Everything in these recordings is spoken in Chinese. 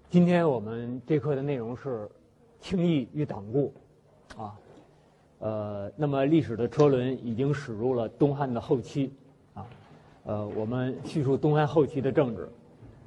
今天我们这课的内容是轻易与党固那么历史的车轮已经驶入了东汉的后期我们叙述东汉后期的政治。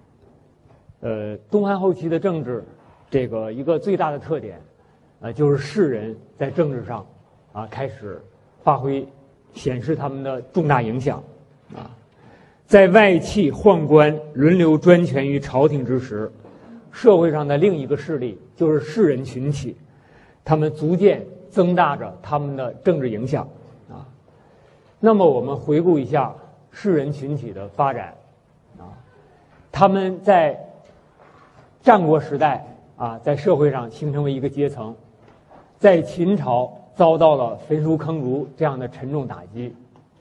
东汉后期的政治这个一个最大的特点就是士人在政治上开始显示他们的重大影响在外戚宦官轮流专权于朝廷之时，社会上的另一个势力就是士人群体，他们逐渐增大着他们的政治影响那么我们回顾一下士人群体的发展他们在战国时代在社会上形成为一个阶层，在秦朝遭到了焚书坑儒这样的沉重打击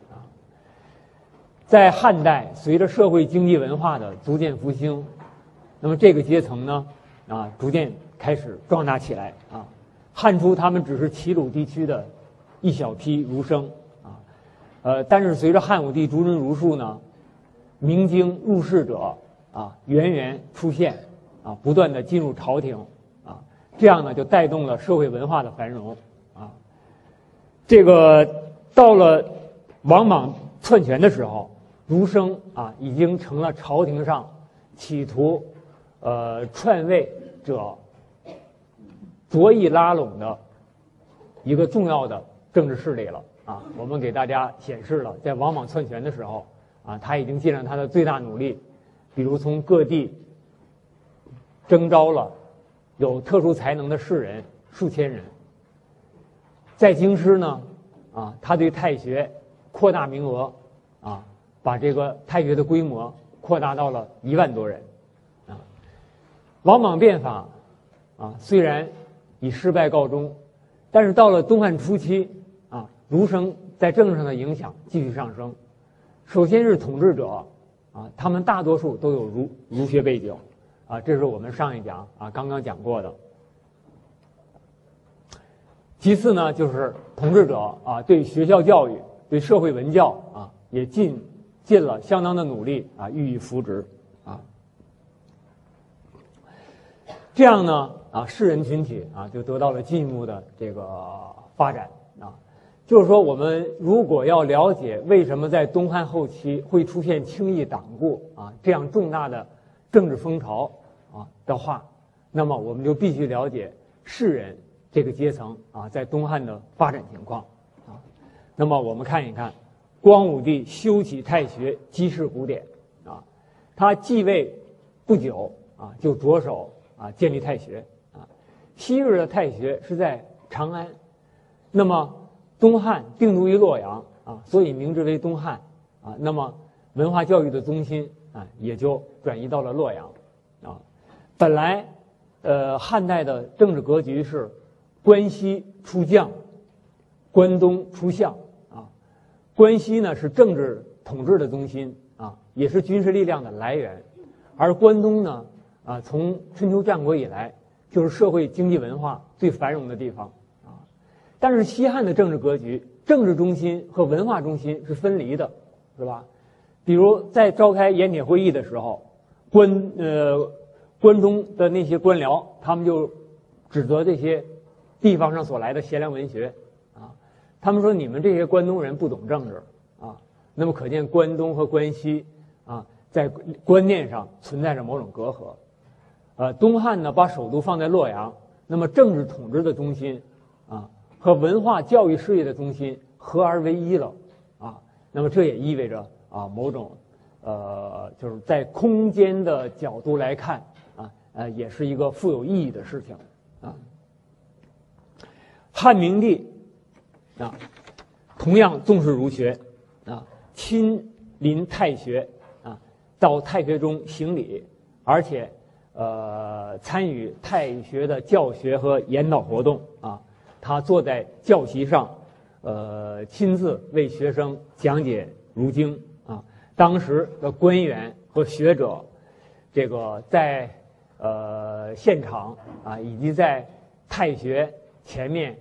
在汉代随着社会经济文化的逐渐复兴，那么这个阶层呢逐渐开始壮大起来汉初他们只是齐鲁地区的一小批儒生但是随着汉武帝逐人儒术呢，明经入仕者源源出现不断的进入朝廷这样呢就带动了社会文化的繁荣这个到了王莽篡权的时候，儒生已经成了朝廷上企图篡位者着意拉拢的一个重要的政治势力了我们给大家显示了在王莽篡权的时候他已经尽了他的最大努力，比如从各地征召了有特殊才能的士人数千人，在京师呢他对太学扩大名额把这个太学的规模扩大到了1万多人王莽变法虽然以失败告终，但是到了东汉初期儒生在政治上的影响继续上升。首先是统治者他们大多数都有儒学背景这是我们上一讲刚刚讲过的。其次呢就是统治者对学校教育对社会文教也尽了相当的努力予以扶植这样呢士人群体就得到了进一步的这个发展就是说我们如果要了解为什么在东汉后期会出现轻易党固这样重大的政治风潮的话，那么我们就必须了解士人这个阶层在东汉的发展情况那么我们看一看光武帝修起太学积世古典他继位不久就着手建立太学昔日的太学是在长安，那么东汉定都于洛阳所以名之为东汉那么文化教育的中心也就转移到了洛阳本来汉代的政治格局是关西出将，关东出相关西呢是政治统治的中心也是军事力量的来源，而关东呢从春秋战国以来就是社会经济文化最繁荣的地方但是西汉的政治格局，政治中心和文化中心是分离的，是吧？比如在召开盐铁会议的时候，关中的那些官僚，他们就指责这些地方上所来的贤良文学他们说你们这些关东人不懂政治那么可见关东和关西在观念上存在着某种隔阂东汉呢把首都放在洛阳，那么政治统治的中心和文化教育事业的中心合而为一了那么这也意味着某种就是在空间的角度来看也是一个富有意义的事情汉明帝同样重视儒学亲临太学到太学中行礼，而且参与太学的教学和研导活动他坐在教席上亲自为学生讲解儒经当时的官员和学者这个在现场以及在太学前面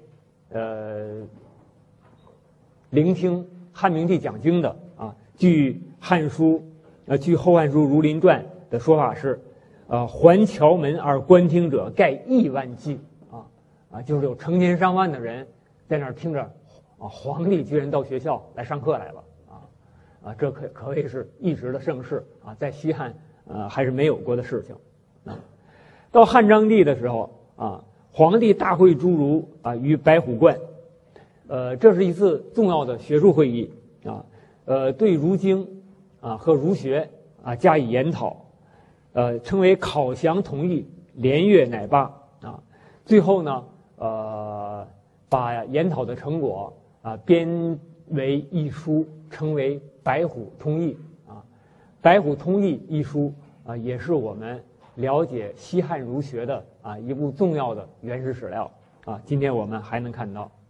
聆听汉明帝讲经的据《汉书》据《后汉书·儒林传》的说法是， 环桥门而观听者盖亿万计就是有成千上万的人在那儿听着皇帝居然到学校来上课来了这可谓是一时的盛事在西汉还是没有过的事情到汉章帝的时候皇帝大会诸儒于白虎观，这是一次重要的学术会议对儒经和儒学加以研讨，称为考详同议，连阅乃罢最后呢把研讨的成果编为一书，称为《白虎通义》白虎通义》一书也是我们了解西汉儒学的一部重要的原始史料今天我们还能看到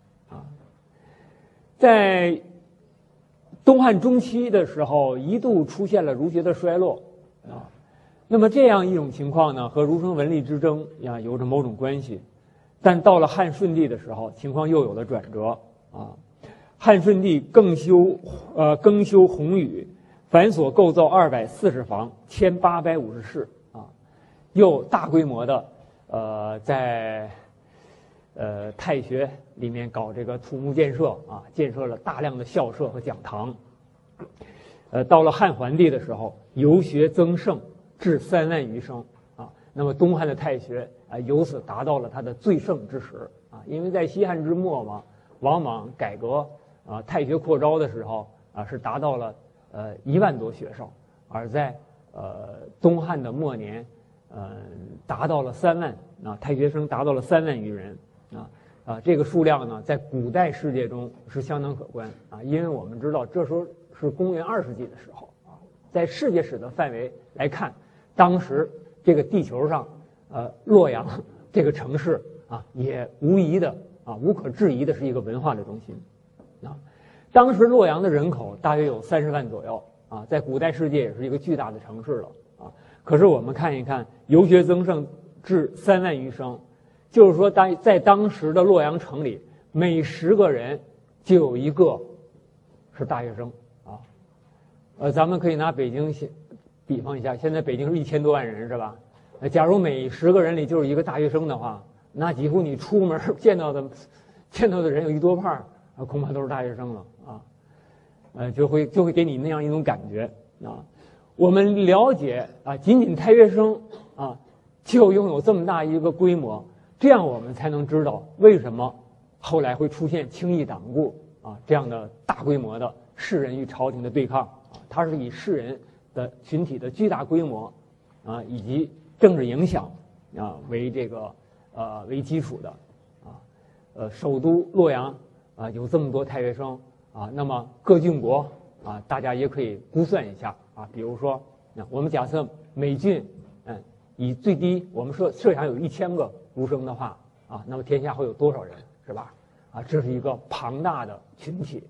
在东汉中期的时候，一度出现了儒学的衰落那么这样一种情况呢，和儒生文吏之争有着某种关系。但到了汉顺帝的时候，情况又有了转折汉顺帝更修宏宇，繁琐构造240房，1850室又大规模的在太学里面搞这个土木建设建设了大量的校舍和讲堂。到了汉桓帝的时候，游学增盛，至3万余生那么东汉的太学由此达到了它的最盛之时因为在西汉之末嘛，往往改革太学扩招的时候是达到了1万多学生，而在东汉的末年达到了3万太学生达到了3万余人这个数量呢在古代世界中是相当可观因为我们知道这时候是公元20世纪的时候在世界史的范围来看，当时这个地球上洛阳这个城市也无可置疑的是一个文化的中心当时洛阳的人口大约有30万左右在古代世界也是一个巨大的城市了可是我们看一看，游学增盛至3万余生，就是说在当时的洛阳城里，每10个人就有1个是大学生咱们可以拿北京比方一下，现在北京是1000多万人是吧？假如每10个人里就是1个大学生的话，那几乎你出门见到的人有1多半恐怕都是大学生了就会给你那样一种感觉我们了解仅仅太学生就拥有这么大一个规模，这样我们才能知道为什么后来会出现轻易党锢这样的大规模的士人与朝廷的对抗它是以士人的群体的巨大规模以及政治影响为为基础的首都洛阳有这么多太学生那么各郡国大家也可以估算一下比如说我们假设每郡以最低我们设想有1000个儒生的话那么天下会有多少人是吧这是一个庞大的群体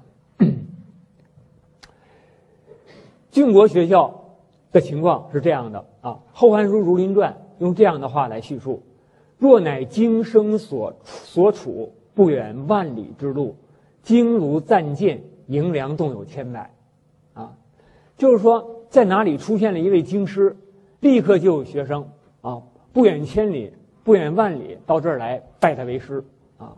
郡国学校的情况是这样的后汉书《儒林传》用这样的话来叙述：若乃经生所处，不远万里之路，经如暂见，营粮动有千百就是说在哪里出现了一位经师，立刻就有学生不远千里不远万里到这儿来拜他为师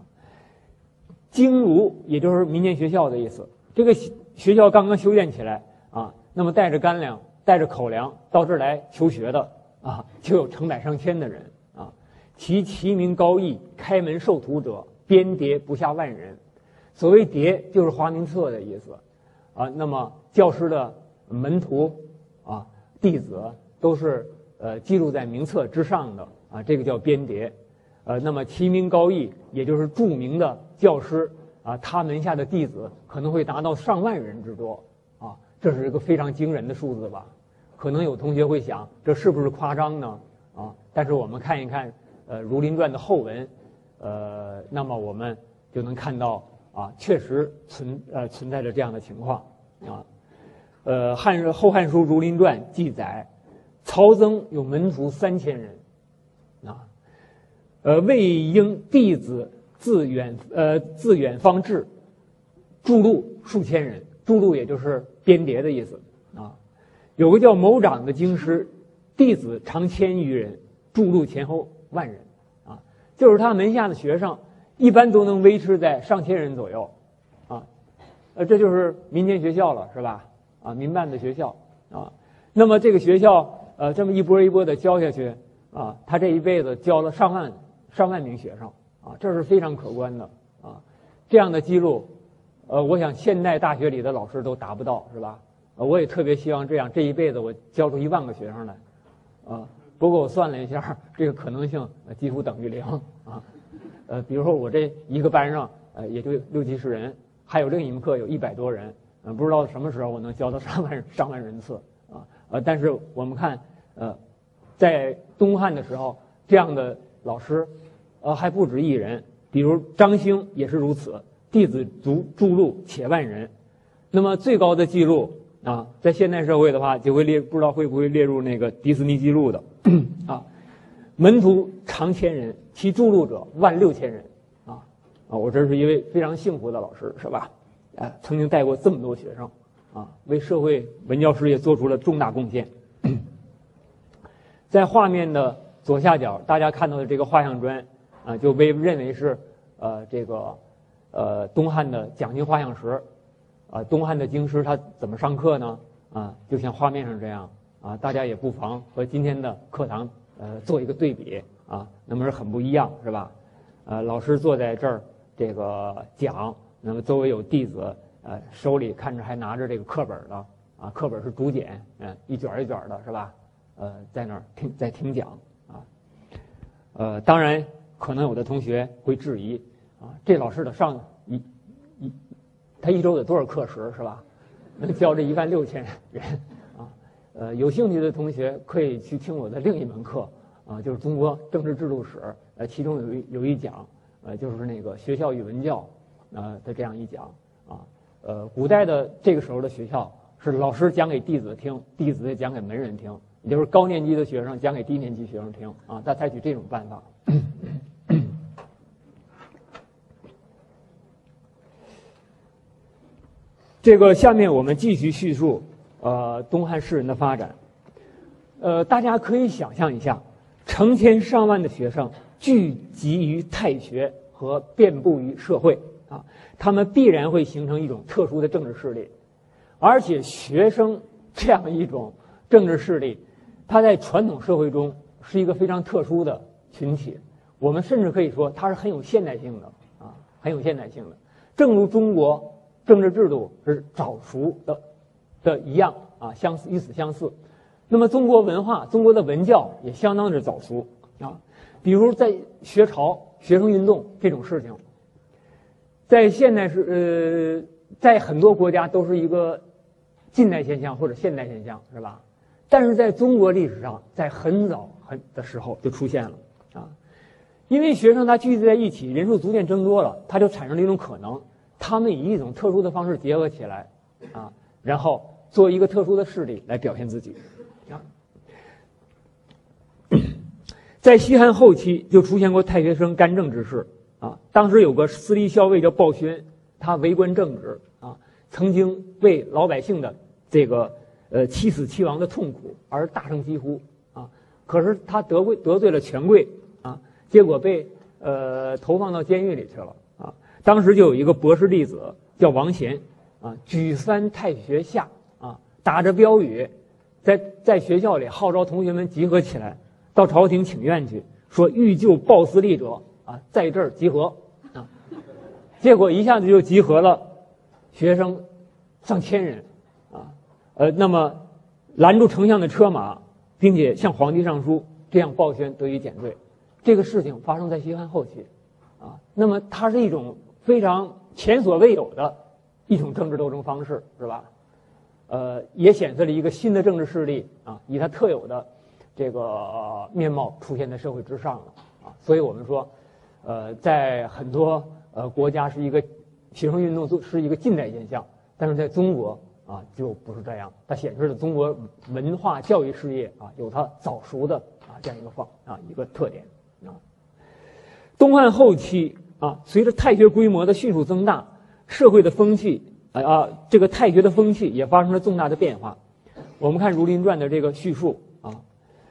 经儒也就是民间学校的意思，这个学校刚刚修建起来那么带着干粮带着口粮到这儿来求学的就有成百上千的人其其名高义，开门授徒者编牒不下万人。所谓牒就是花名册的意思那么教师的门徒弟子都是记录在名册之上的这个叫编牒那么其名高义也就是著名的教师他门下的弟子可能会达到上万人之多这是一个非常惊人的数字吧。可能有同学会想这是不是夸张呢但是我们看一看《儒林传》的后文那么我们就能看到确实存在着这样的情况后汉书《儒林传》记载，曹曾有门徒3000人魏婴弟子自远方至，著录数千人，著录也就是编牒的意思有个叫某长的经师弟子常千余人，诸路前后万人，啊，就是他门下的学生一般都能维持在上千人左右，啊，这就是民间学校了，是吧？啊，民办的学校啊。那么这个学校这么一波一波的教下去啊，他这一辈子教了上万名学生啊，这是非常可观的啊。这样的记录，我想现代大学里的老师都达不到，是吧？我也特别希望这样，这一辈子我教出1万个学生来，啊，不过我算了一下，这个可能性几乎等于0啊。比如说我这一个班上也就60-70人，还有另一门课有100多人，不知道什么时候我能教到上万人次啊。但是我们看在东汉的时候，这样的老师还不止1人，比如张兴也是如此，弟子诸路且万人。那么最高的记录啊，在现代社会的话，就会不知道会不会列入那个迪士尼记录的啊。门徒常千人，其助路者16000人啊！我这是一位非常幸福的老师，是吧？曾经带过这么多学生啊，为社会文教事业做出了重大贡献。在画面的左下角，大家看到的这个画像砖啊，就被认为是东汉的讲经画像石。东汉的经师他怎么上课呢？就像画面上这样啊，大家也不妨和今天的课堂做一个对比啊，那么是很不一样，是吧？老师坐在这儿这个讲，那么周围有弟子，手里看着还拿着这个课本呢，啊，课本是竹简，一卷一卷的，是吧？在那儿在听讲啊，当然可能有的同学会质疑啊，这老师的他一周有多少课时，是吧？能教这16000人啊？有兴趣的同学可以去听我的另一门课啊，就是中国政治制度史，其中有一讲，就是那个学校与文教的这样一讲啊。古代的这个时候的学校是老师讲给弟子听，弟子也讲给门人听，也就是高年级的学生讲给低年级学生听啊。他采取这种办法。这个下面我们继续叙述东汉士人的发展。大家可以想象一下，成千上万的学生聚集于太学和遍布于社会啊，他们必然会形成一种特殊的政治势力，而且学生这样一种政治势力，它在传统社会中是一个非常特殊的群体。我们甚至可以说它是很有现代性的啊，很有现代性的。正如中国政治制度是早熟的一样啊，与此相似。那么中国文化，中国的文教也相当的早熟啊。比如在学潮、学生运动这种事情，在现代在很多国家都是一个近代现象或者现代现象，是吧？但是在中国历史上，在很早的时候就出现了啊，因为学生他聚集在一起，人数逐渐增多了，他就产生了一种可能。他们以一种特殊的方式结合起来，啊，然后做一个特殊的势力来表现自己，啊。在西汉后期就出现过太学生干政之事，啊，当时有个司隶校尉叫鲍宣，他为官正直，啊，曾经为老百姓的这个妻死妻亡的痛苦而大声疾呼，啊，可是他得罪了权贵，啊，结果被投放到监狱里去了。当时就有一个博士弟子叫王贤啊，举三太学下啊，打着标语，在学校里号召同学们集合起来，到朝廷请愿去，说欲救鲍司隶者啊，在这儿集合啊。结果一下子就集合了学生上千人啊，那么拦住丞相的车马，并且向皇帝上书，这样鲍宣得以减罪。这个事情发生在西汉后期啊，那么它是一种非常前所未有的一种政治斗争方式，是吧？也显示了一个新的政治势力啊，以它特有的这个面貌出现在社会之上了啊。所以我们说，在很多国家是一个学生运动是一个近代现象，但是在中国啊就不是这样，它显示了中国文化教育事业啊有它早熟的这样一个特点啊。东汉后期啊，随着太学规模的迅速增大，社会的风气这个太学的风气也发生了重大的变化。我们看《儒林传》的这个叙述啊，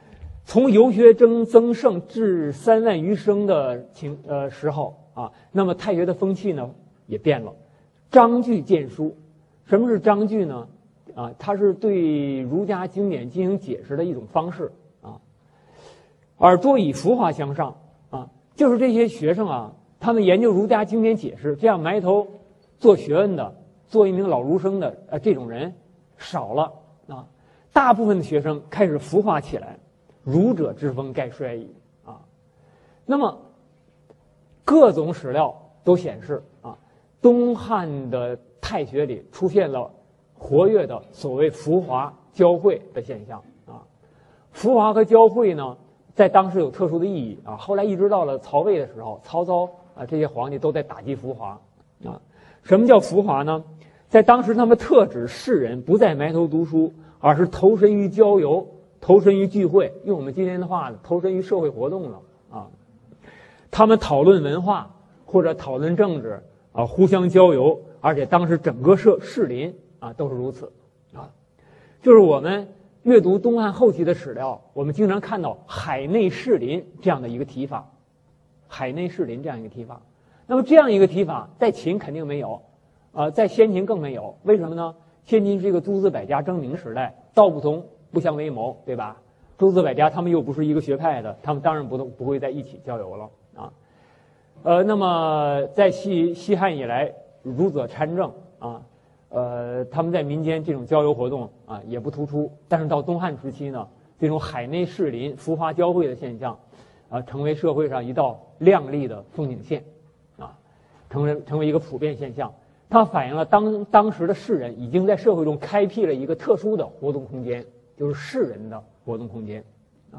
从游学增盛至3万余生的时候啊，那么太学的风气呢也变了，章句见书。什么是章句呢？啊，它是对儒家经典进行解释的一种方式啊。而多以浮华相上啊，就是这些学生啊，他们研究儒家经典解释，这样埋头做学问的，做一名老儒生的这种人少了啊。大部分的学生开始浮华起来，儒者之风盖衰矣啊。那么各种史料都显示啊，东汉的太学里出现了活跃的所谓浮华交汇的现象啊。浮华和交汇呢，在当时有特殊的意义啊。后来一直到了曹魏的时候，曹操啊这些皇帝都在打击浮华啊。什么叫浮华呢？在当时他们特指士人不再埋头读书，而是投身于交游，投身于聚会，用我们今天的话呢，投身于社会活动了啊。他们讨论文化或者讨论政治啊，互相交游，而且当时整个士林啊都是如此啊。就是我们阅读东汉后期的史料，我们经常看到海内士林这样的一个提法，海内士林这样一个提法。那么这样一个提法在秦肯定没有，在先秦更没有。为什么呢？先秦是一个诸子百家争鸣时代，道不同不相为谋，对吧？诸子百家他们又不是一个学派的，他们当然不会在一起交流了啊。那么在西汉以来，儒者参政啊，他们在民间这种交流活动啊也不突出。但是到东汉时期呢，这种海内士林浮华交汇的现象啊，成为社会上一道亮丽的风景线啊，成为一个普遍现象。它反映了当时的士人已经在社会中开辟了一个特殊的活动空间，就是士人的活动空间啊。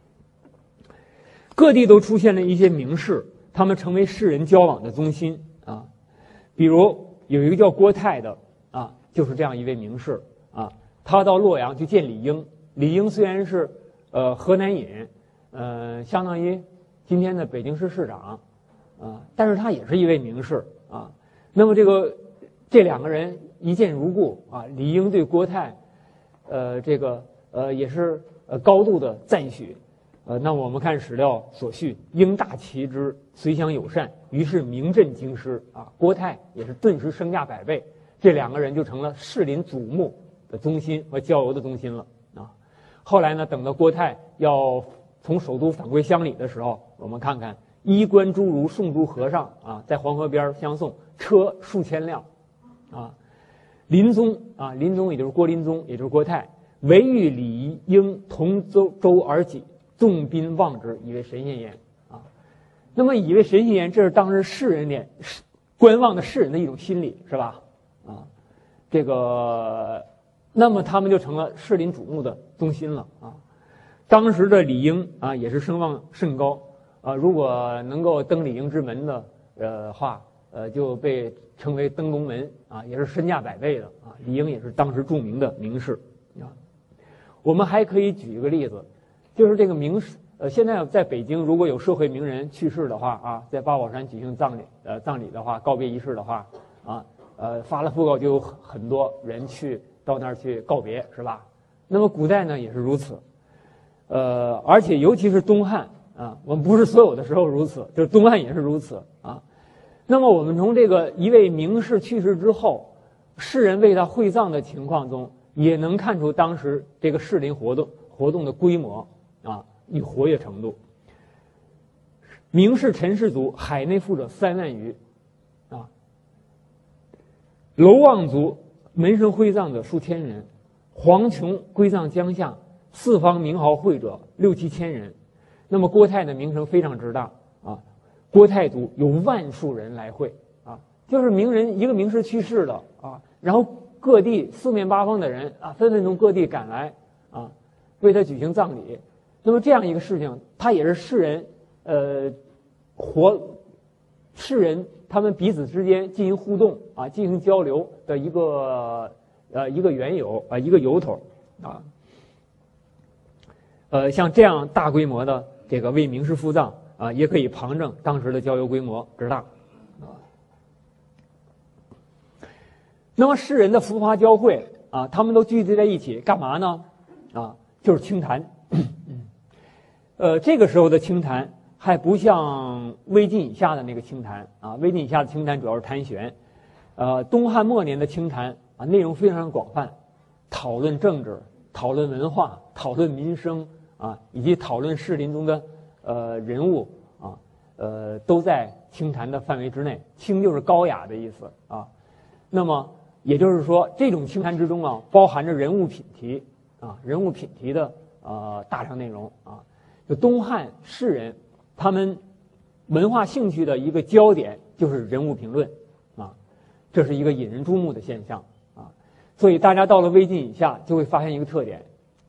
各地都出现了一些名士，他们成为士人交往的中心啊。比如有一个叫郭泰的啊，就是这样一位名士啊。他到洛阳去见李应，李应虽然是河南尹，相当于今天的北京市市长啊，但是他也是一位名士啊。那么这两个人一见如故啊，李应对郭泰，也是高度的赞许。那我们看史料所叙，应大齐之，随乡友善，于是名震京师啊。郭泰也是顿时身价100倍，这两个人就成了士林瞩目的中心和交游的中心了啊。后来呢，等到郭泰要从首都返归乡里的时候，我们看看衣冠诸儒，送诸河上啊，在黄河边相送，车数千辆啊。林宗也就是郭林宗，也就是郭泰，唯与李应同舟而己，众宾望之，以为神仙焉啊。那么以为神仙焉，这是当时士人观望的士人的一种心理，是吧？啊，那么他们就成了士林瞩目的中心了啊。当时的李应啊，也是声望甚高啊。如果能够登李应之门的话，就被称为登龙门啊，也是身价100倍的啊。李应也是当时著名的名士啊。我们还可以举一个例子，就是这个名士，现在在北京如果有社会名人去世的话啊，在八宝山举行葬礼的话，告别仪式的话啊，发了讣告就有很多人到那儿去告别，是吧？那么古代呢也是如此，而且尤其是东汉啊，我们不是所有的时候如此，就是东汉也是如此啊。那么我们从这个一位名士去世之后，士人为他会葬的情况中，也能看出当时这个士林活动的规模啊与活跃程度。名士陈氏族海内富者3万余啊，楼望族门生会葬者数千人，黄琼归葬江夏，四方名豪会者6、7千人。那么郭泰的名声非常之大啊，郭泰族有万数人来会啊，就是一个名士去世了啊，然后各地四面八方的人啊，纷纷从各地赶来啊，为他举行葬礼。那么这样一个事情，它也是士人他们彼此之间进行互动啊，进行交流的一个缘由啊，一个由头啊。像这样大规模的这个为名士赴葬啊，也可以旁证当时的交流规模之大啊。那么士人的浮华交汇啊，他们都聚集在一起干嘛呢？啊，就是清谈。 这个时候的清谈还不像魏晋以下的那个清谈啊，魏晋以下的清谈主要是谈玄，东汉末年的清谈啊，内容非常广泛，讨论政治、讨论文化、讨论民生啊，以及讨论士林中的人物啊，都在清谈的范围之内。清就是高雅的意思啊。那么也就是说，这种清谈之中啊，包含着人物品题啊，人物品题的大量内容啊。就东汉士人他们文化兴趣的一个焦点就是人物评论啊，这是一个引人注目的现象啊。所以大家到了魏晋以下就会发现一个特点，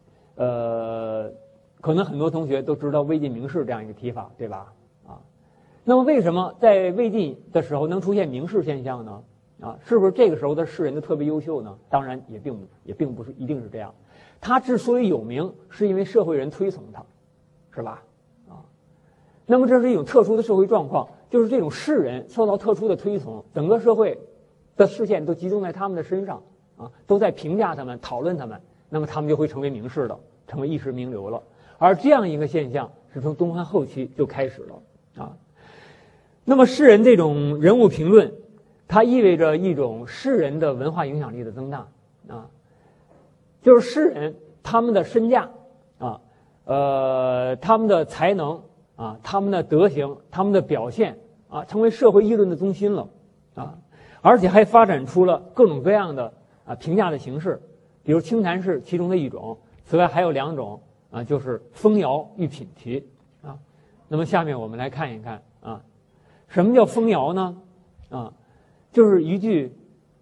可能很多同学都知道魏晋名士这样一个提法，对吧？啊，那么为什么在魏晋的时候能出现名士现象呢？啊，是不是这个时候的士人就特别优秀呢？当然也并不是一定是这样。他之所以有名，是因为社会人推崇他，是吧？啊，那么这是一种特殊的社会状况，就是这种士人受到特殊的推崇，整个社会的视线都集中在他们的身上啊，都在评价他们、讨论他们，那么他们就会成为名士的，成为一时名流了。而这样一个现象是从东汉后期就开始了啊。那么士人这种人物评论，它意味着一种士人的文化影响力的增大啊，就是士人他们的身价啊，他们的才能啊，他们的德行，他们的表现啊，成为社会议论的中心了啊，而且还发展出了各种各样的评价的形式，比如清谈是其中的一种，此外还有两种啊，就是风谣与品题啊。那么下面我们来看一看啊，什么叫风谣呢？啊，就是一句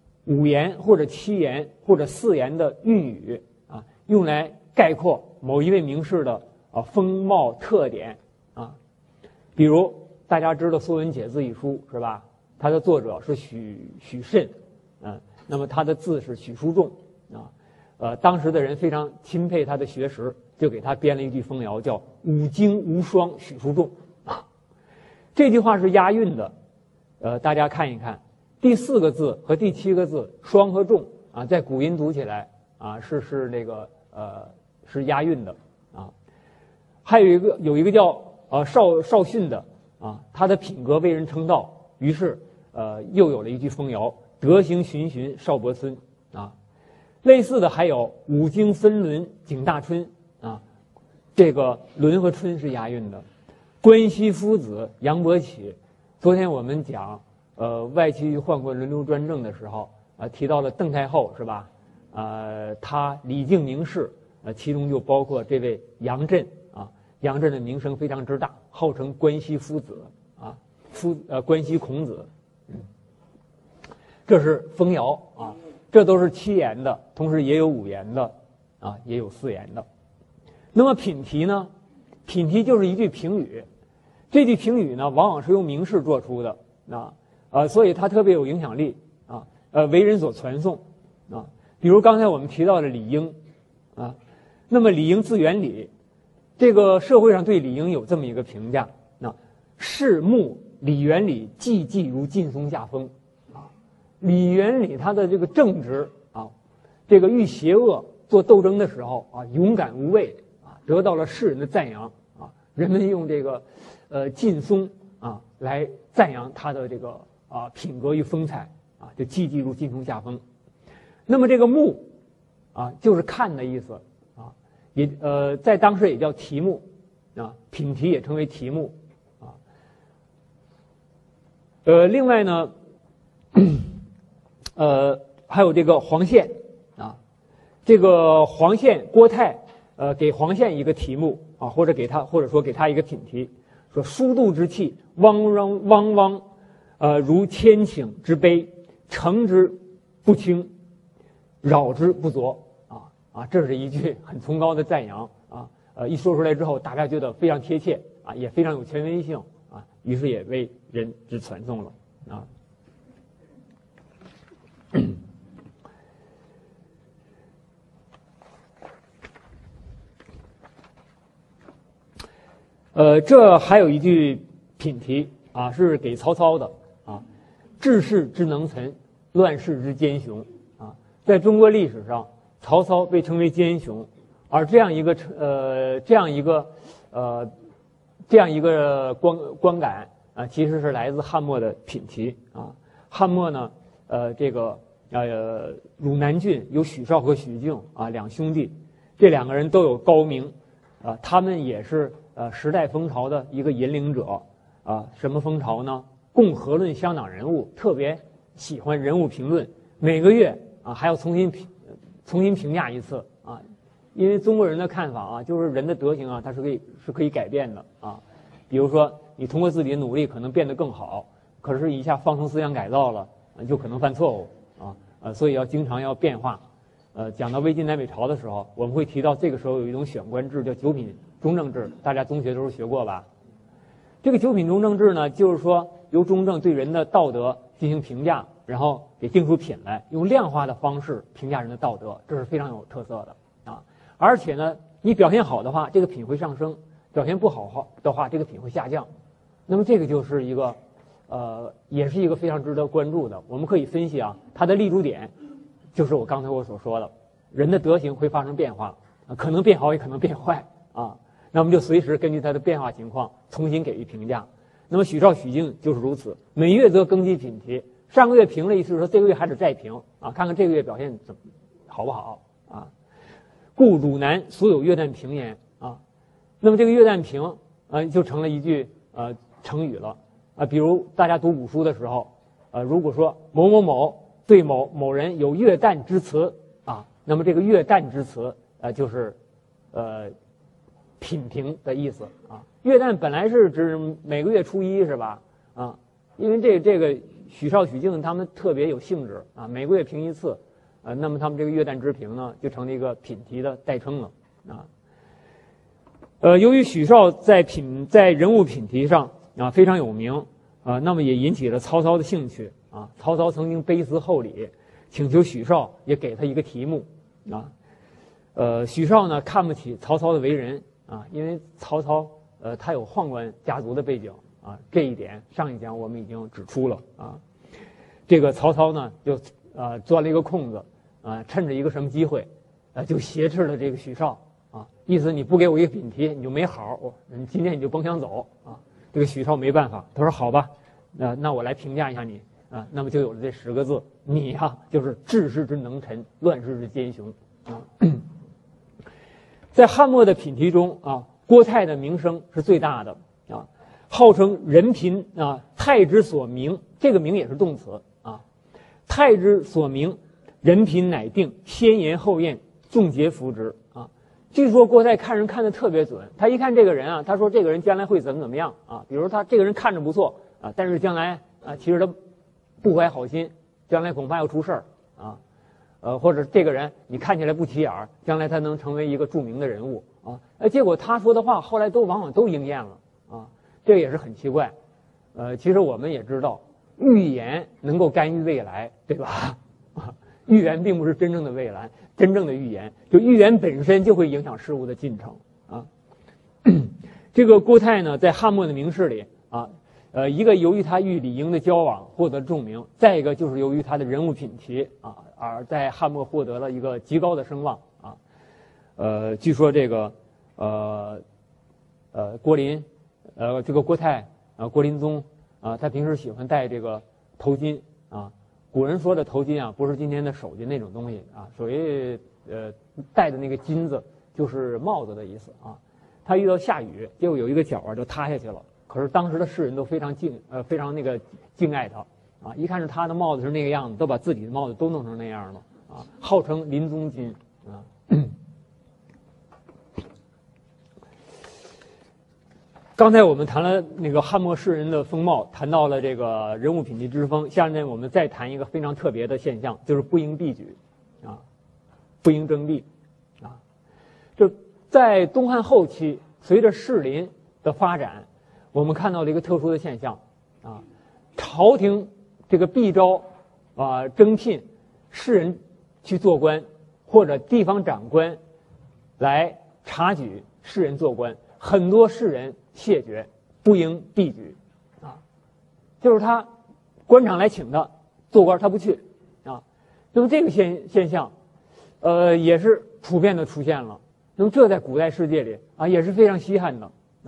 5言或者7言或者4言的寓语啊，用来概括某一位名士的风貌特点啊。比如大家知道《说文解字》一书是吧？它的作者是许慎，那么他的字是许叔仲啊。当时的人非常钦佩他的学识，就给他编了一句风谣，叫“五经无双许叔仲”啊。这句话是押韵的，大家看一看。第4个字和第7个字“双”和“仲”啊，在古音读起来啊是是押韵的啊。还有一个叫邵逊的啊，他的品格为人称道，于是又有了一句风谣：“德行循循邵伯村”啊。类似的还有“五经分伦景大春”啊，这个“伦”和“春”是押韵的。关西夫子杨伯起，昨天我们讲外戚宦官轮流专政的时候提到了邓太后是吧？他礼敬名士，其中就包括这位杨震啊。杨震的名声非常之大，号称关西夫子啊，关西孔子。这是风谣啊，这都是7言的，同时也有5言的啊，也有4言的。那么品题呢？品题就是一句评语，这句评语呢，往往是由名士做出的所以它特别有影响力啊，为人所传颂啊。比如刚才我们提到的李应啊，那么李应字元礼，这个社会上对李应有这么一个评价世慕李元礼寂寂如劲松下风啊。李元礼他的这个正直啊，这个与邪恶做斗争的时候啊，勇敢无畏啊，得到了世人的赞扬啊。人们用这个劲松啊来赞扬他的这个品格与风采啊，就寂寂如劲松下风。那么这个慕啊，就是看的意思啊，也在当时也叫题目啊，品题也称为题目啊。另外呢，还有这个黄宪啊，这个黄宪郭泰给黄宪一个题目啊，或者说给他一个品题，说疏度之气，汪汪如千顷之碑，盛之不清，扰之不浊啊，这是一句很崇高的赞扬啊。一说出来之后，大家觉得非常贴切啊，也非常有权威性啊，于是也为人之传颂了啊。这还有一句品题啊，是给曹操的啊，治世之能臣，乱世之奸雄啊。在中国历史上，曹操被称为奸雄，而这样一个这样一个观感啊，其实是来自汉末的品题啊。汉末呢，汝南郡有许绍和许敬啊两兄弟，这两个人都有高名啊，他们也是时代风潮的一个引领者啊。什么风潮呢？共和论香港人物，特别喜欢人物评论，每个月啊还要重新评价一次啊。因为中国人的看法啊，就是人的德行啊，它是可以改变的啊。比如说，你通过自己的努力可能变得更好，可是一下放松思想改造了，就可能犯错误啊。所以要经常要变化。讲到魏晋南北朝的时候，我们会提到这个时候有一种选官制，叫九品中正制，大家中学都是学过吧？这个九品中正制呢，就是说由中正对人的道德进行评价，然后给定出品来，用量化的方式评价人的道德，这是非常有特色的啊。而且呢，你表现好的话，这个品会上升；表现不好的话，这个品会下降。那么这个就是一个，也是一个非常值得关注的。我们可以分析啊，它的立足点就是我刚才所说的，人的德行会发生变化，可能变好，也可能变坏啊。那我们就随时根据它的变化情况重新给予评价。那么许绍、许敬就是如此，每月则更新品题。上个月评了一次，说这个月还得再评啊，看看这个月表现好不好啊。故汝南所有月旦评言啊，那么这个月旦评就成了一句成语了啊。比如大家读古书的时候，如果说某某某对某人有月旦之词啊，那么这个月旦之词就是品评的意思啊。月旦本来是指每个月初一是吧？啊，因为这个许绍、许敬他们特别有兴致啊，每个月评一次，那么他们这个月旦之评呢，就成了一个品题的代称了啊。由于许绍在人物品题上啊非常有名啊，那么也引起了曹操的兴趣啊。曹操曾经卑辞厚礼，请求许绍也给他一个题目啊。许绍呢看不起曹操的为人啊，因为曹操他有宦官家族的背景啊，这一点上一讲我们已经指出了啊。这个曹操呢就钻了一个空子啊，趁着一个什么机会就挟持了这个许绍啊，意思你不给我一个品题你就没好，你今天你就甭想走啊。这个许绍没办法，他说好吧，那我来评价一下你啊。那么就有了这10个字，你呀就是治世之能臣，乱世之奸雄啊。在汉末的品题中啊，郭泰的名声是最大的啊，号称人品啊，泰之所明，这个明也是动词啊，泰之所明，人品乃定，先言后验，众皆服之啊。据说郭泰看人看得特别准，他一看这个人啊，他说这个人将来会怎么样啊？比如他这个人看着不错啊，但是将来其实他不怀好心，将来恐怕要出事儿啊。或者这个人你看起来不起眼儿，将来他能成为一个著名的人物啊。结果他说的话后来往往都应验了啊，这也是很奇怪。其实我们也知道，预言能够干预未来，对吧？预言并不是真正的未来，真正的预言就预言本身就会影响事物的进程啊。这个郭泰呢，在汉末的名士里啊，一个由于他与李应的交往获得重名，再一个就是由于他的人物品题啊，而在汉末获得了一个极高的声望啊。据说这个郭林，这个郭泰郭林宗啊，他平时喜欢戴这个头巾啊。古人说的头巾啊，不是今天的手巾那种东西啊，所谓戴的那个巾子就是帽子的意思啊。他遇到下雨，结果有一个角就塌下去了。可是当时的士人都非常那个敬爱他啊，一看是他的帽子是那个样子，都把自己的帽子都弄成那样了啊，号称林宗巾啊。刚才我们谈了那个汉末士人的风貌，谈到了这个人物品题之风。下面我们再谈一个非常特别的现象，就是不应避举，啊，不应争避，啊，就在东汉后期，随着士林的发展，我们看到了一个特殊的现象，啊，朝廷这个必招征聘士人去做官，或者地方长官来察举士人做官，很多士人谢绝，不应避举啊，就是他官场来请他做官，他不去啊。那么这个现象，也是普遍的出现了。那么这在古代世界里啊也是非常稀罕的啊。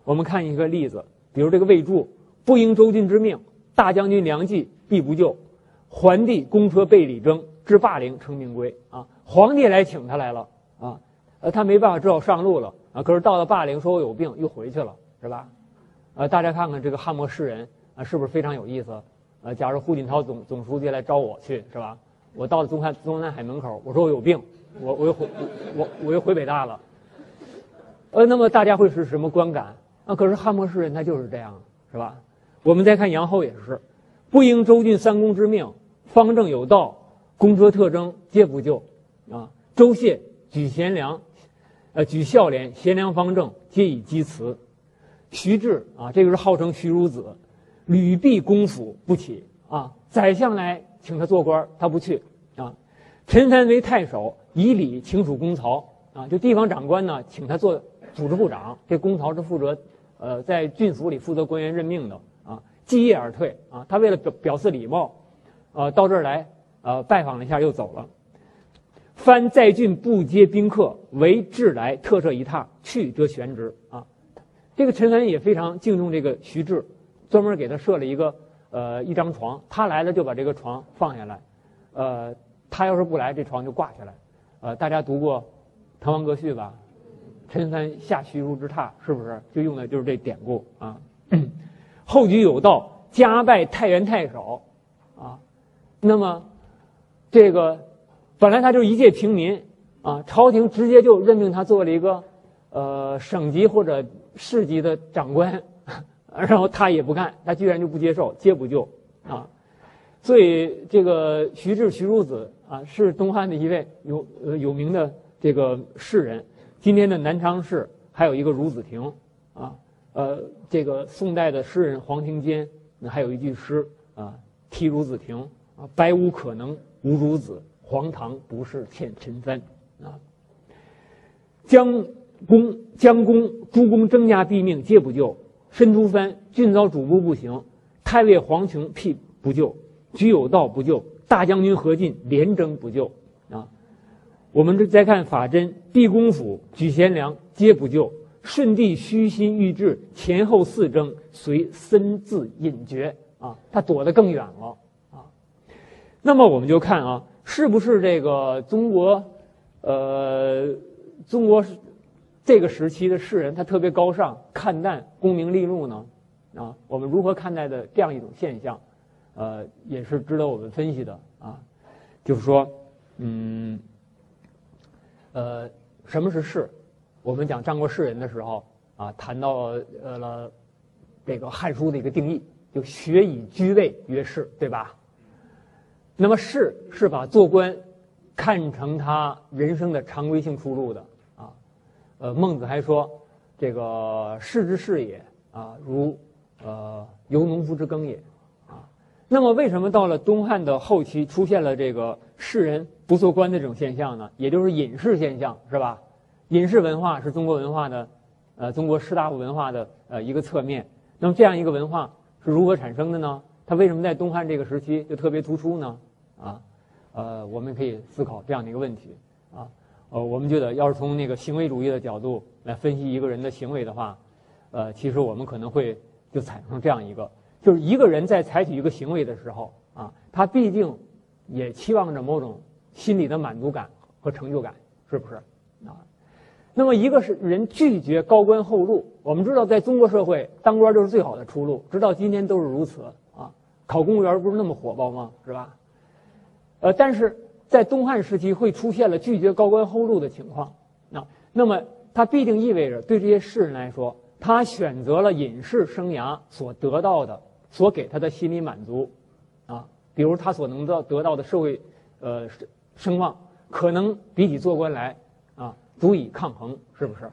我们看一个例子，比如这个魏注：不应周郡之命，大将军梁冀必不救。桓帝公车备礼征，至霸陵乘命归。啊，皇帝来请他来了啊，他没办法，只好上路了啊。可是到了霸陵，说我有病，又回去了，是吧？大家看看这个汉末士人啊，是不是非常有意思？假如胡锦涛总书记来招我去，是吧？我到了中南海门口，我说我有病，我又回北大了。那么大家会是什么观感？可是汉末士人他就是这样，是吧？我们再看杨后也是，不应周郡三公之命，方正有道，公车特征皆不救。啊，周谢举贤良，举孝廉，贤良方正，皆以击辞。徐志啊，这个是号称徐孺子，屡避公府不起啊，宰相来请他做官，他不去啊。陈蕃为太守，以礼请属公曹啊，就地方长官呢，请他做组织部长，这公曹是负责在郡府里负责官员任命的啊。继业而退啊，他为了表示礼貌，到这儿来拜访了一下又走了。藩在郡不接宾客，唯至来特设一榻，去则悬之啊。这个陈蕃也非常敬重这个徐志，专门给他设了一张床，他来了就把这个床放下来，他要是不来，这床就挂下来。大家读过《滕王阁序》吧？陈蕃下徐孺之榻，是不是就用的就是这典故啊？后举有道，加拜太原太守啊。那么这个本来他就是一介平民啊，朝廷直接就任命他做了一个省级或者市级的长官，然后他也不干，他居然就不接受，皆不救啊。所以这个徐志徐孺子啊，是东汉的一位有名的这个士人。今天的南昌市还有一个孺子亭啊，这个宋代的诗人黄庭坚还有一句诗啊，题孺子亭啊，白无可能无孺子，黄堂不是欠陈蕃啊。江公、诸公征加毙命，皆不救。申屠蕃郡遭主簿不行，太尉黄琼辟不救，举有道不救，大将军何进连征不救啊。我们再看法真，毕公府举贤良，皆不救。顺帝虚心御制，前后四征，遂身自隐绝啊，他躲得更远了啊。那么我们就看啊，是不是这个中国这个时期的士人他特别高尚，看淡功名利禄呢？啊，我们如何看待的这样一种现象？也是值得我们分析的啊。就是说，什么是士？我们讲战国士人的时候啊，谈到了这个《汉书》的一个定义，就学以居位曰士，对吧？那么士是把做官看成他人生的常规性出路的啊。孟子还说，这个士之事也啊，如由农夫之耕也啊。那么为什么到了东汉的后期出现了这个士人不做官的这种现象呢？也就是隐士现象，是吧？隐士文化是中国文化的中国士大夫文化的一个侧面。那么这样一个文化是如何产生的呢？它为什么在东汉这个时期就特别突出呢？我们可以思考这样的一个问题啊。我们觉得要是从那个行为主义的角度来分析一个人的行为的话，其实我们可能会就产生这样一个，就是一个人在采取一个行为的时候啊，他毕竟也期望着某种心理的满足感和成就感，是不是啊？那么一个是人拒绝高官厚禄，我们知道在中国社会当官就是最好的出路，直到今天都是如此啊。考公务员不是那么火爆吗？是吧？但是在东汉时期会出现了拒绝高官厚禄的情况啊。那么它必定意味着对这些士人来说，他选择了隐士生涯所得到的、所给他的心理满足啊，比如他所能得到的社会声望，可能比起做官来啊足以抗衡，是不是？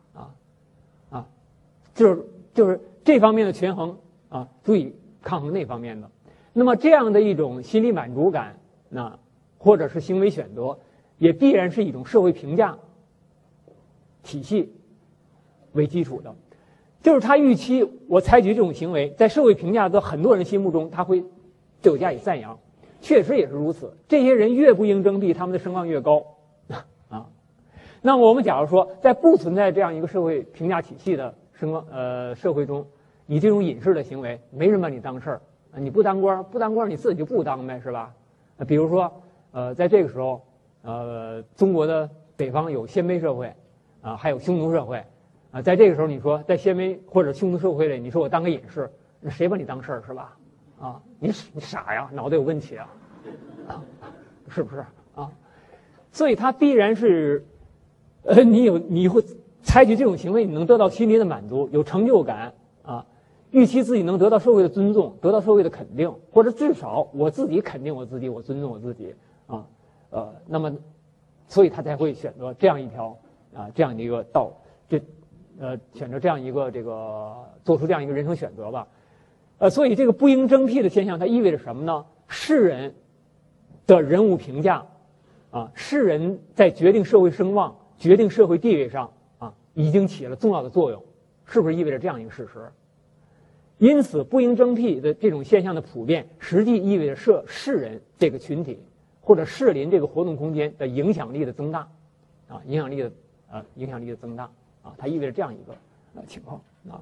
就是这方面的权衡啊，足以抗衡那方面的。那么这样的一种心理满足感，那或者是行为选择，也必然是一种社会评价体系为基础的。就是他预期我采取这种行为，在社会评价的很多人心目中，他会对我加以赞扬。确实也是如此，这些人越不应征辟，他们的声望越高啊。那么我们假如说，在不存在这样一个社会评价体系的社会中，你这种隐士的行为，没人把你当事儿，你不当官你自己就不当呗，是吧？比如说，在这个时候，中国的北方有鲜卑社会，还有匈奴社会，在这个时候你说在鲜卑或者匈奴社会里，你说我当个隐士，那谁把你当事儿是吧？你傻呀，脑袋有问题啊，是不是啊？所以他必然是，你会采取这种行为，你能得到心理的满足，有成就感啊，预期自己能得到社会的尊重，得到社会的肯定，或者至少我自己肯定我自己，我尊重我自己啊，那么，所以他才会选择这样一条这样的一个道，选择这样一个做出这样一个人生选择吧。所以这个不应征辟的现象，它意味着什么呢？世人的人物评价，世人在决定社会声望、决定社会地位上，已经起了重要的作用，是不是意味着这样一个事实？因此，不应征辟的这种现象的普遍，实际意味着世人这个群体或者士林这个活动空间的影响力的增大，影响力的增大，它意味着这样一个情况啊。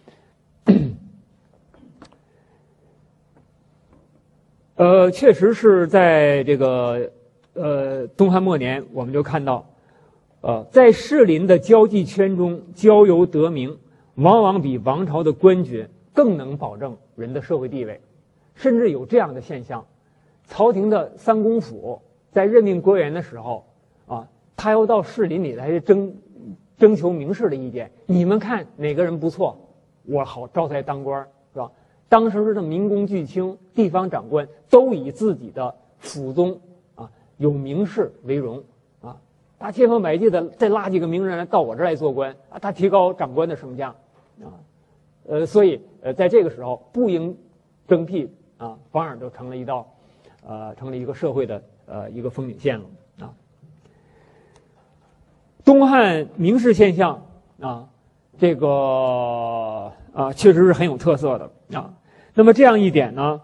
确实是在这个东汉末年，我们就看到，在士林的交际圈中，交游得名，往往比王朝的官爵更能保证人的社会地位，甚至有这样的现象：朝廷的三公府在任命官员的时候，他要到士林里来征求名士的意见，你们看哪个人不错，我好招他来当官，是吧？当时的民工巨卿、地方长官都以自己的府中有名士为荣他千方百计的再拉几个名人来到我这儿来做官他提高长官的身价所以在这个时候不应征辟反而就成了一个社会的一个风景线了东汉名士现象这个确实是很有特色的那么这样一点呢，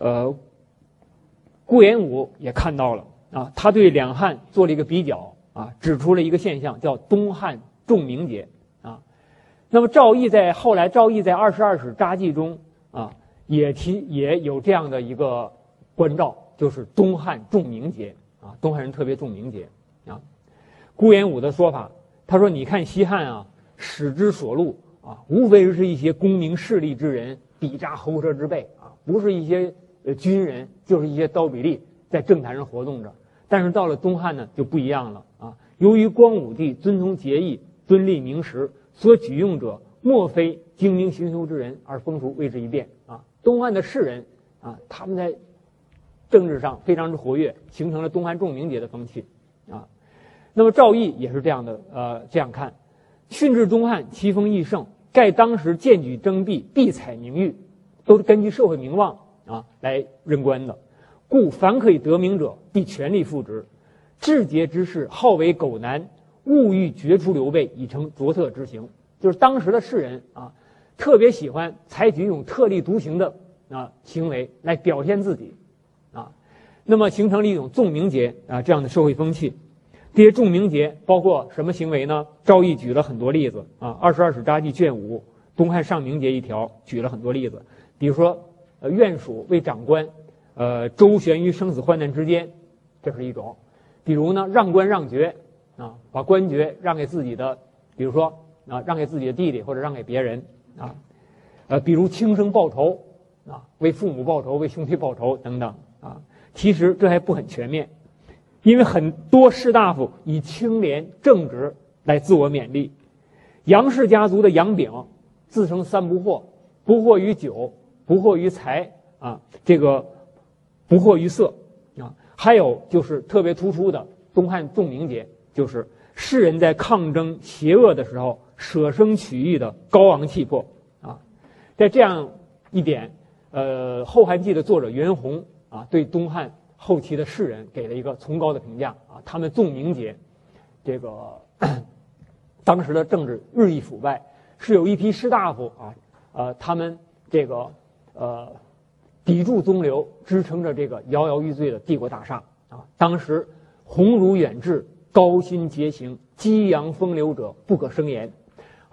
顾炎武也看到了他对两汉做了一个比较指出了一个现象，叫东汉重名节那么后来赵翼在22史札记中也有这样的一个关照，就是东汉重名节东汉人特别重名节顾炎武的说法，他说：“你看西汉史之所录无非是一些功名势利之人。”比扎喉舌之辈不是一些军人，就是一些刀比吏在政坛上活动着。但是到了东汉呢，就不一样了由于光武帝遵从节义，敦立名实，所举用者莫非精明行修之人，而风俗为之一变东汉的士人他们在政治上非常之活跃，形成了东汉重名节的风气那么赵翼也是这样的这样看，训治东汉，其风义盛。盖当时荐举征辟，必采名誉，都是根据社会名望来任官的，故凡可以得名者，必全力复职。治节之事，好为苟难，务欲决出刘备，以成卓特之行。就是当时的士人特别喜欢采取一种特立独行的行为来表现自己那么形成了一种重名节这样的社会风气。这些重名节包括什么行为呢？赵翼举了很多例子22史札记卷5东汉上名节一条举了很多例子，比如说院属为长官周旋于生死患难之间，这是一种。比如呢让官让爵把官爵让给自己的，比如说让给自己的弟弟或者让给别人比如轻生报仇为父母报仇，为兄弟报仇等等其实这还不很全面，因为很多士大夫以清廉正直来自我勉励。杨氏家族的杨炳自称三不惑，不惑于酒，不惑于财这个不惑于色还有就是特别突出的东汉重名节，就是士人在抗争邪恶的时候舍生取义的高昂气魄在这样一点后汉纪的作者袁弘对东汉后期的士人给了一个崇高的评价他们重名节，这个当时的政治日益腐败，是有一批士大夫他们这个砥柱宗流，支撑着这个摇摇欲坠的帝国大厦当时鸿儒远志，高薪节行，激扬风流者不可胜言。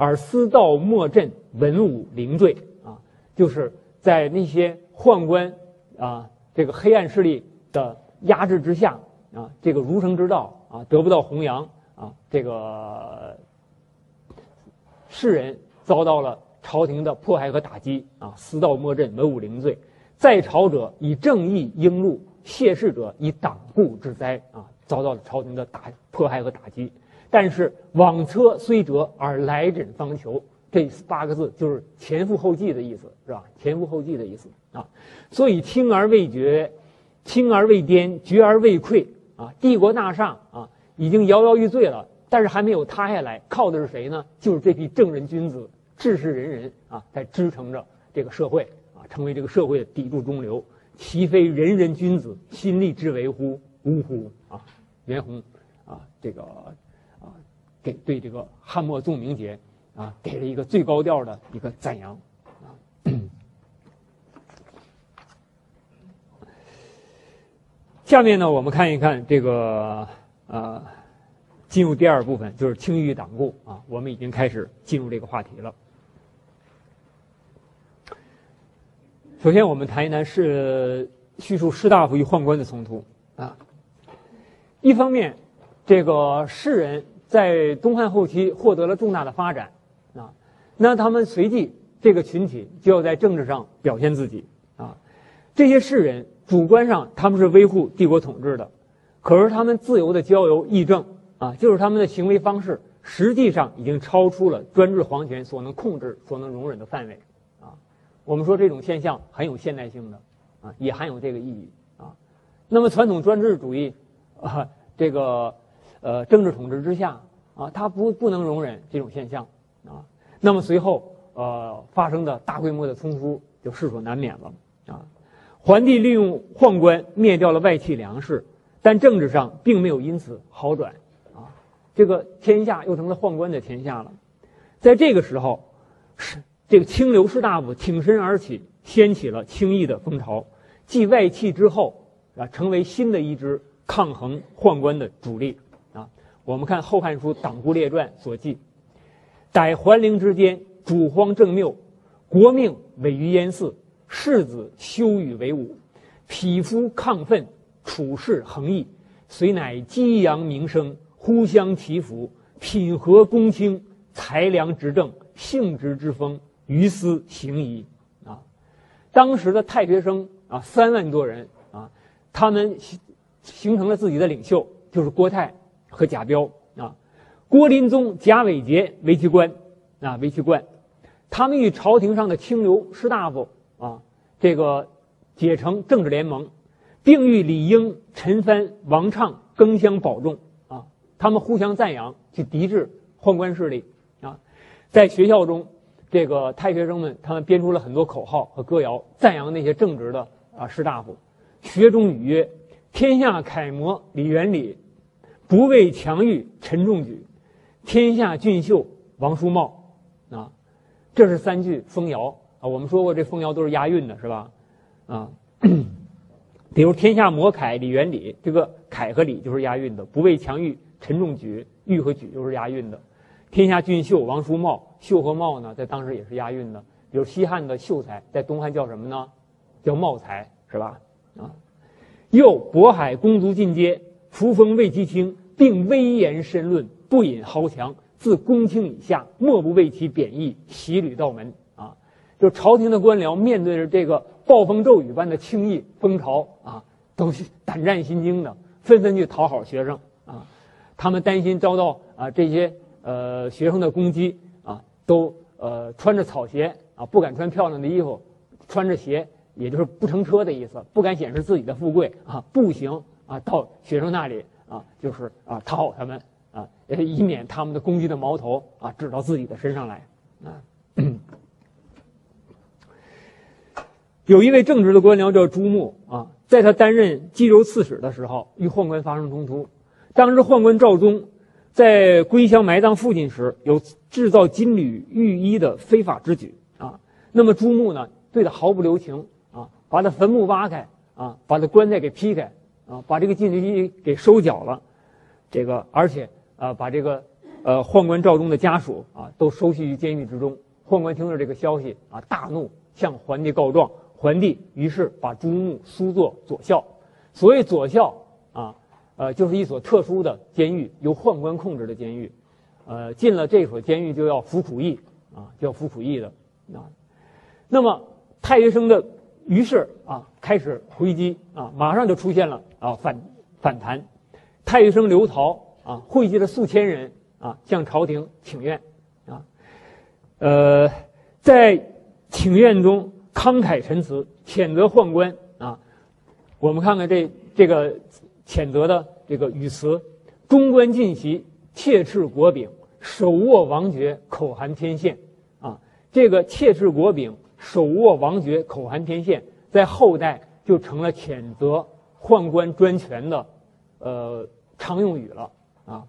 而私盗莫镇，文武凌坠啊，就是在那些宦官啊这个黑暗势力的压制之下啊，这个儒生之道啊得不到弘扬啊，这个世人遭到了朝廷的迫害和打击啊，私盗莫镇，文武凌坠。在朝者以正义应录，谢世者以党锢之灾啊，遭到了朝廷的迫害和打击。但是往车虽折而来枕方求，这8个字就是前赴后继的意思，是吧？前赴后继的意思啊。所以听而未绝，轻而未颠，绝而未溃啊。帝国大厦啊，已经摇摇欲坠了，但是还没有塌下来，靠的是谁呢？就是这批正人君子、志士仁人啊，在支撑着这个社会啊，成为这个社会的砥柱中流。其非仁人君子，心力之为乎？呜呼啊！袁弘啊，这个啊，对这个汉末宋明节啊，给了一个最高调的一个赞扬啊。下面呢，我们看一看这个进入第2部分，就是清誉党锢啊。我们已经开始进入这个话题了。首先，我们谈一谈是叙述士大夫与宦官的冲突啊。一方面，这个士人在东汉后期获得了重大的发展啊，那他们随即这个群体就要在政治上表现自己啊。这些士人主观上他们是维护帝国统治的，可是他们自由的交游议政啊，就是他们的行为方式实际上已经超出了专制皇权所能控制、所能容忍的范围。我们说这种现象很有现代性的啊，也含有这个意义啊。那么传统专制主义啊，这个政治统治之下啊，它不能容忍这种现象啊。那么随后发生的大规模的冲突就势所难免了啊。桓帝利用宦官灭掉了外戚梁氏，但政治上并没有因此好转啊。这个天下又成了宦官的天下了。在这个时候这个清流士大夫挺身而起，掀起了清议的风潮，继外戚之后啊，成为新的一支抗衡宦官的主力啊。我们看《后汉书·党锢列传》所记：逮桓灵之间，主荒正谬，国命委于燕祀，士子羞与为伍，匹夫亢奋，处事横溢，遂乃激扬名声，互相祈福，品和公卿，才良执政，性直之风，于斯行矣啊。当时的太学生啊，3万多人啊，他们形成了自己的领袖，就是郭泰和贾彪啊。郭林宗、贾伟杰为其官啊，为其冠。他们与朝廷上的清流士大夫啊，这个结成政治联盟，并与李应、陈蕃、王畅争相保重啊。他们互相赞扬，去抵制宦官势力啊。在学校中，这个太学生们他们编出了很多口号和歌谣，赞扬那些正直的士大夫。学中语曰：“天下楷模李元礼，不畏强欲陈仲举，天下俊秀王叔茂。”啊，这是3句风谣啊。我们说过这风谣都是押韵的，是吧？啊，比如天下模楷李元礼，这个楷和礼就是押韵的；不畏强欲陈仲举，欲和举又是押韵的。天下俊秀王叔茂，秀和茂呢，在当时也是押韵的。比如西汉的秀才，在东汉叫什么呢？叫茂才，是吧？啊，又渤海公族进阶，扶风魏其卿，并威严深论，不引豪强，自公卿以下，莫不为其贬义，袭履道门啊。就是朝廷的官僚面对着这个暴风骤雨般的清议风潮啊，都是胆战心惊的，纷纷去讨好学生啊。他们担心遭到这些学生的攻击啊，都穿着草鞋啊，不敢穿漂亮的衣服，穿着鞋，也就是不乘车的意思，不敢显示自己的富贵啊，步行啊到学生那里啊，就是讨好他们啊，以免他们的攻击的矛头啊指到自己的身上来啊。有一位正直的官僚叫朱穆啊，在他担任冀州刺史的时候，与宦官发生冲突。当时宦官赵宗在归乡埋葬父亲时，有制造金缕玉衣的非法之举啊。那么朱穆呢，对他毫不留情啊，把他坟墓挖开啊，把他棺材给劈开啊，把这个金缕衣给收缴了，这个而且把这个宦官赵忠的家属啊都收系于监狱之中。宦官听着这个消息啊，大怒，向桓帝告状。桓帝于是把朱穆苏作左校。所谓左校啊，就是一所特殊的监狱，由宦官控制的监狱。进了这所监狱就要服苦役啊，就要服苦役的啊。那么太学生的于是啊开始回击啊，马上就出现了啊反弹。太学生刘陶啊汇集了数千人啊向朝廷请愿啊。在请愿中慷慨陈词，谴责宦官啊。我们看看这个谴责的这个语词：中官尽习，切斥国柄，手握王爵，口含天宪啊。这个切斥国柄，手握王爵，口含天宪，在后代就成了谴责宦官专权的常用语了啊。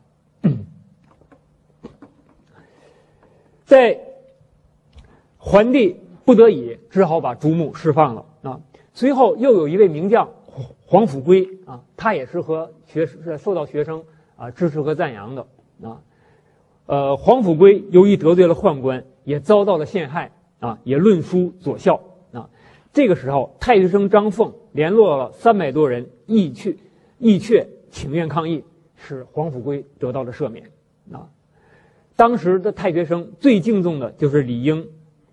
在桓帝不得已，只好把朱穆释放了啊。随后又有一位名将黄甫圭啊，他也是受到学生啊支持和赞扬的啊。黄甫圭由于得罪了宦官，也遭到了陷害啊，也论书左校啊。这个时候，太学生张凤联络了300多人，义阙请愿抗议，使黄甫圭得到了赦免啊。当时的太学生最敬重的就是李应、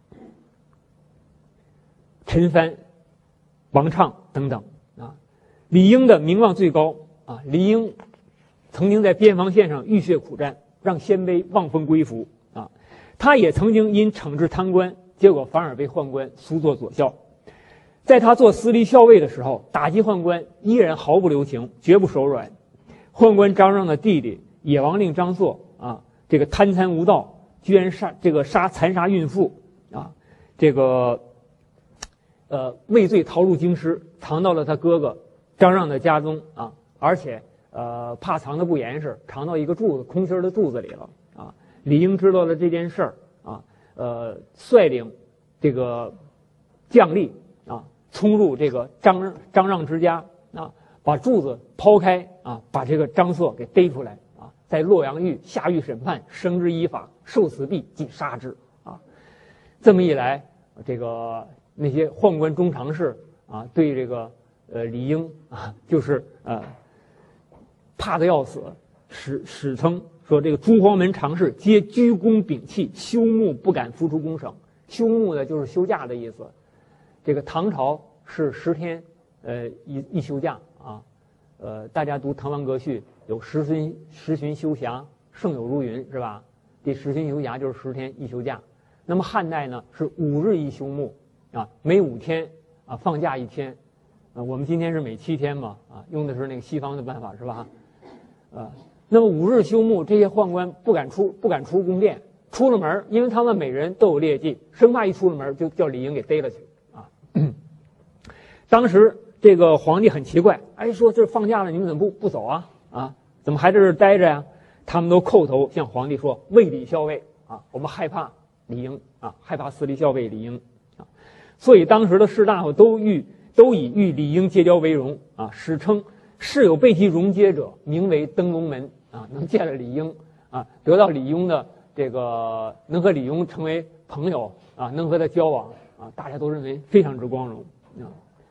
陈蕃、王畅等等啊。李应的名望最高啊，李应曾经在边防线上浴血苦战，让鲜卑望风归服啊。他也曾经因惩治贪官，结果反而被宦官苏作左校。在他做司隶校尉的时候，打击宦官依然毫不留情，绝不手软。宦官张让的弟弟野王令张硕啊，这个贪残无道，居然残杀孕妇啊，这个畏罪逃入京师，藏到了他哥哥张让的家中啊，而且怕藏得不严实，藏到一个空心的柱子里了啊。李应知道了这件事儿啊，率领这个将吏啊，冲入这个张让之家啊，把柱子抛开啊，把这个张硕给逮出来啊，在洛阳狱下狱审判，绳之以法，受死地，即杀之啊。这么一来，这个那些宦官中常侍啊，对这个李应啊，就是怕得要死，史称说这个诸黄门常侍皆鞠躬屏泣，休沐不敢复出宫省。休沐呢，就是休假的意思。这个唐朝是10天一休假啊。大家读《滕王阁序》有十旬休暇，盛有如云，是吧？这10旬休暇就是10天一休假。那么汉代呢是5日一休沐啊，每5天啊放假1天。我们今天是每7天嘛啊，用的是那个西方的办法，是吧？那么5日休沐，这些宦官不敢出宫殿，出了门，因为他们每人都有劣迹，生怕一出了门就叫李应给逮了去啊。当时这个皇帝很奇怪，哎，说这放假了，你们怎么不走啊？啊，怎么还在这儿待着呀？他们都叩头向皇帝说：“畏李校尉啊，我们害怕李应啊，害怕司隶校尉李应啊。”所以当时的士大夫都以与李应结交为荣啊，史称士有被其荣接者，名为登龙门啊，能见了李应啊，得到李应的这个能和李应成为朋友啊，能和他交往啊，大家都认为非常之光荣啊。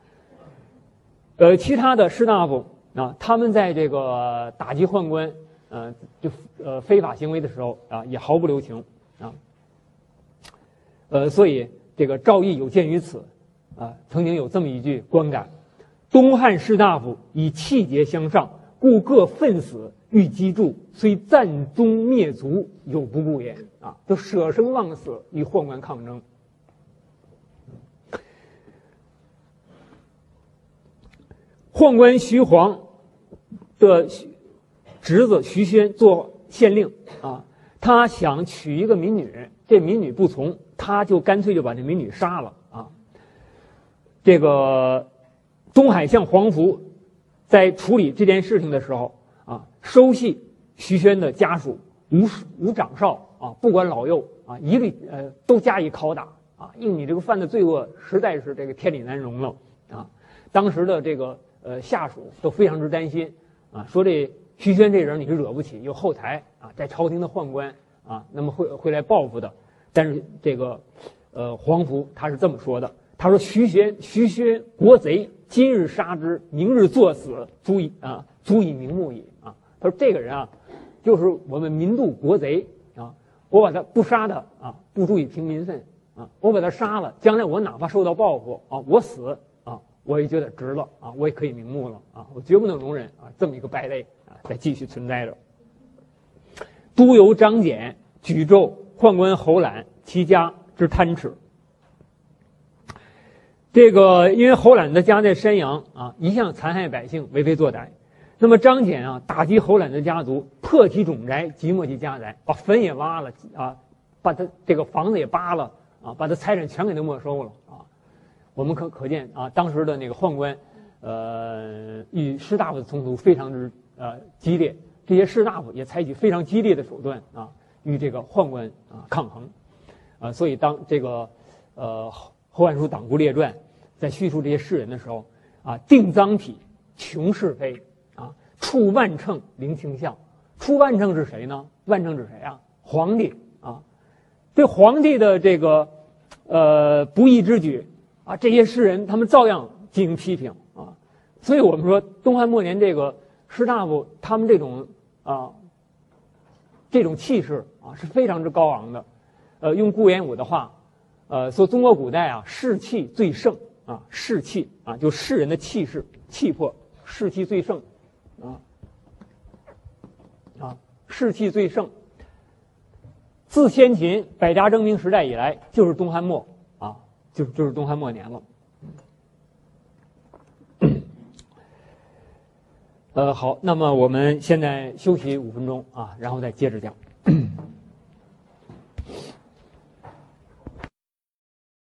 其他的士大夫啊，他们在这个打击宦官非法行为的时候啊，也毫不留情啊。所以这个赵翼有鉴于此啊，曾经有这么一句观感：东汉士大夫以气节相上，故各奋死欲击筑，虽暂宗灭族，有不顾也啊，就舍生忘死与宦官抗争。宦官徐晃的侄子徐宣做县令啊，他想娶一个民女，这民女不从，他就干脆就把这民女杀了啊。这个东海相黄福在处理这件事情的时候啊，收系徐宣的家属无长少啊，不管老幼啊，一律都加以拷打啊，因为你这个犯的罪恶实在是这个天理难容了啊。当时的这个下属都非常之担心啊，说这徐宣这人你是惹不起，有后台啊，在朝廷的宦官啊，那么会来报复的。但是这个黄福他是这么说的，他说徐宣国贼，今日杀之，明日作死，足以瞑目矣啊。他说这个人啊，就是我们民度国贼啊，我把他不杀他啊，不足以平民愤啊，我把他杀了，将来我哪怕受到报复啊，我死啊，我也觉得值了啊，我也可以瞑目了啊，我绝不能容忍啊这么一个败类啊再继续存在着。都邮张俭举胄宦官侯览其家之贪耻。这个因为侯览的家在山阳啊，一向残害百姓，为非作歹。那么张俭啊，打击侯览的家族，破其冢宅，即没其家宅，把坟也挖了啊，把他这个房子也扒了啊，把他财产全给他没收了啊。我们可见啊，当时的那个宦官，与士大夫的冲突非常之激烈，这些士大夫也采取非常激烈的手段啊，与这个宦官啊抗衡啊。所以当这个侯汉书党国列传在叙述这些士人的时候啊，定赃匹，穷是非啊，处万乘，临倾向。处万乘是谁呢？万乘是谁啊？皇帝啊，对皇帝的这个不义之举啊，这些士人他们照样进行批评啊。所以我们说东汉末年这个士大夫他们这种气势啊是非常之高昂的。用顾炎武的话，说中国古代啊士气最盛啊，士气啊就士人的气势气魄，士气最盛士气最盛。自先秦百家争鸣时代以来，就是东汉末啊，就是东汉末年了。好，那么我们现在休息5分钟啊，然后再接着讲。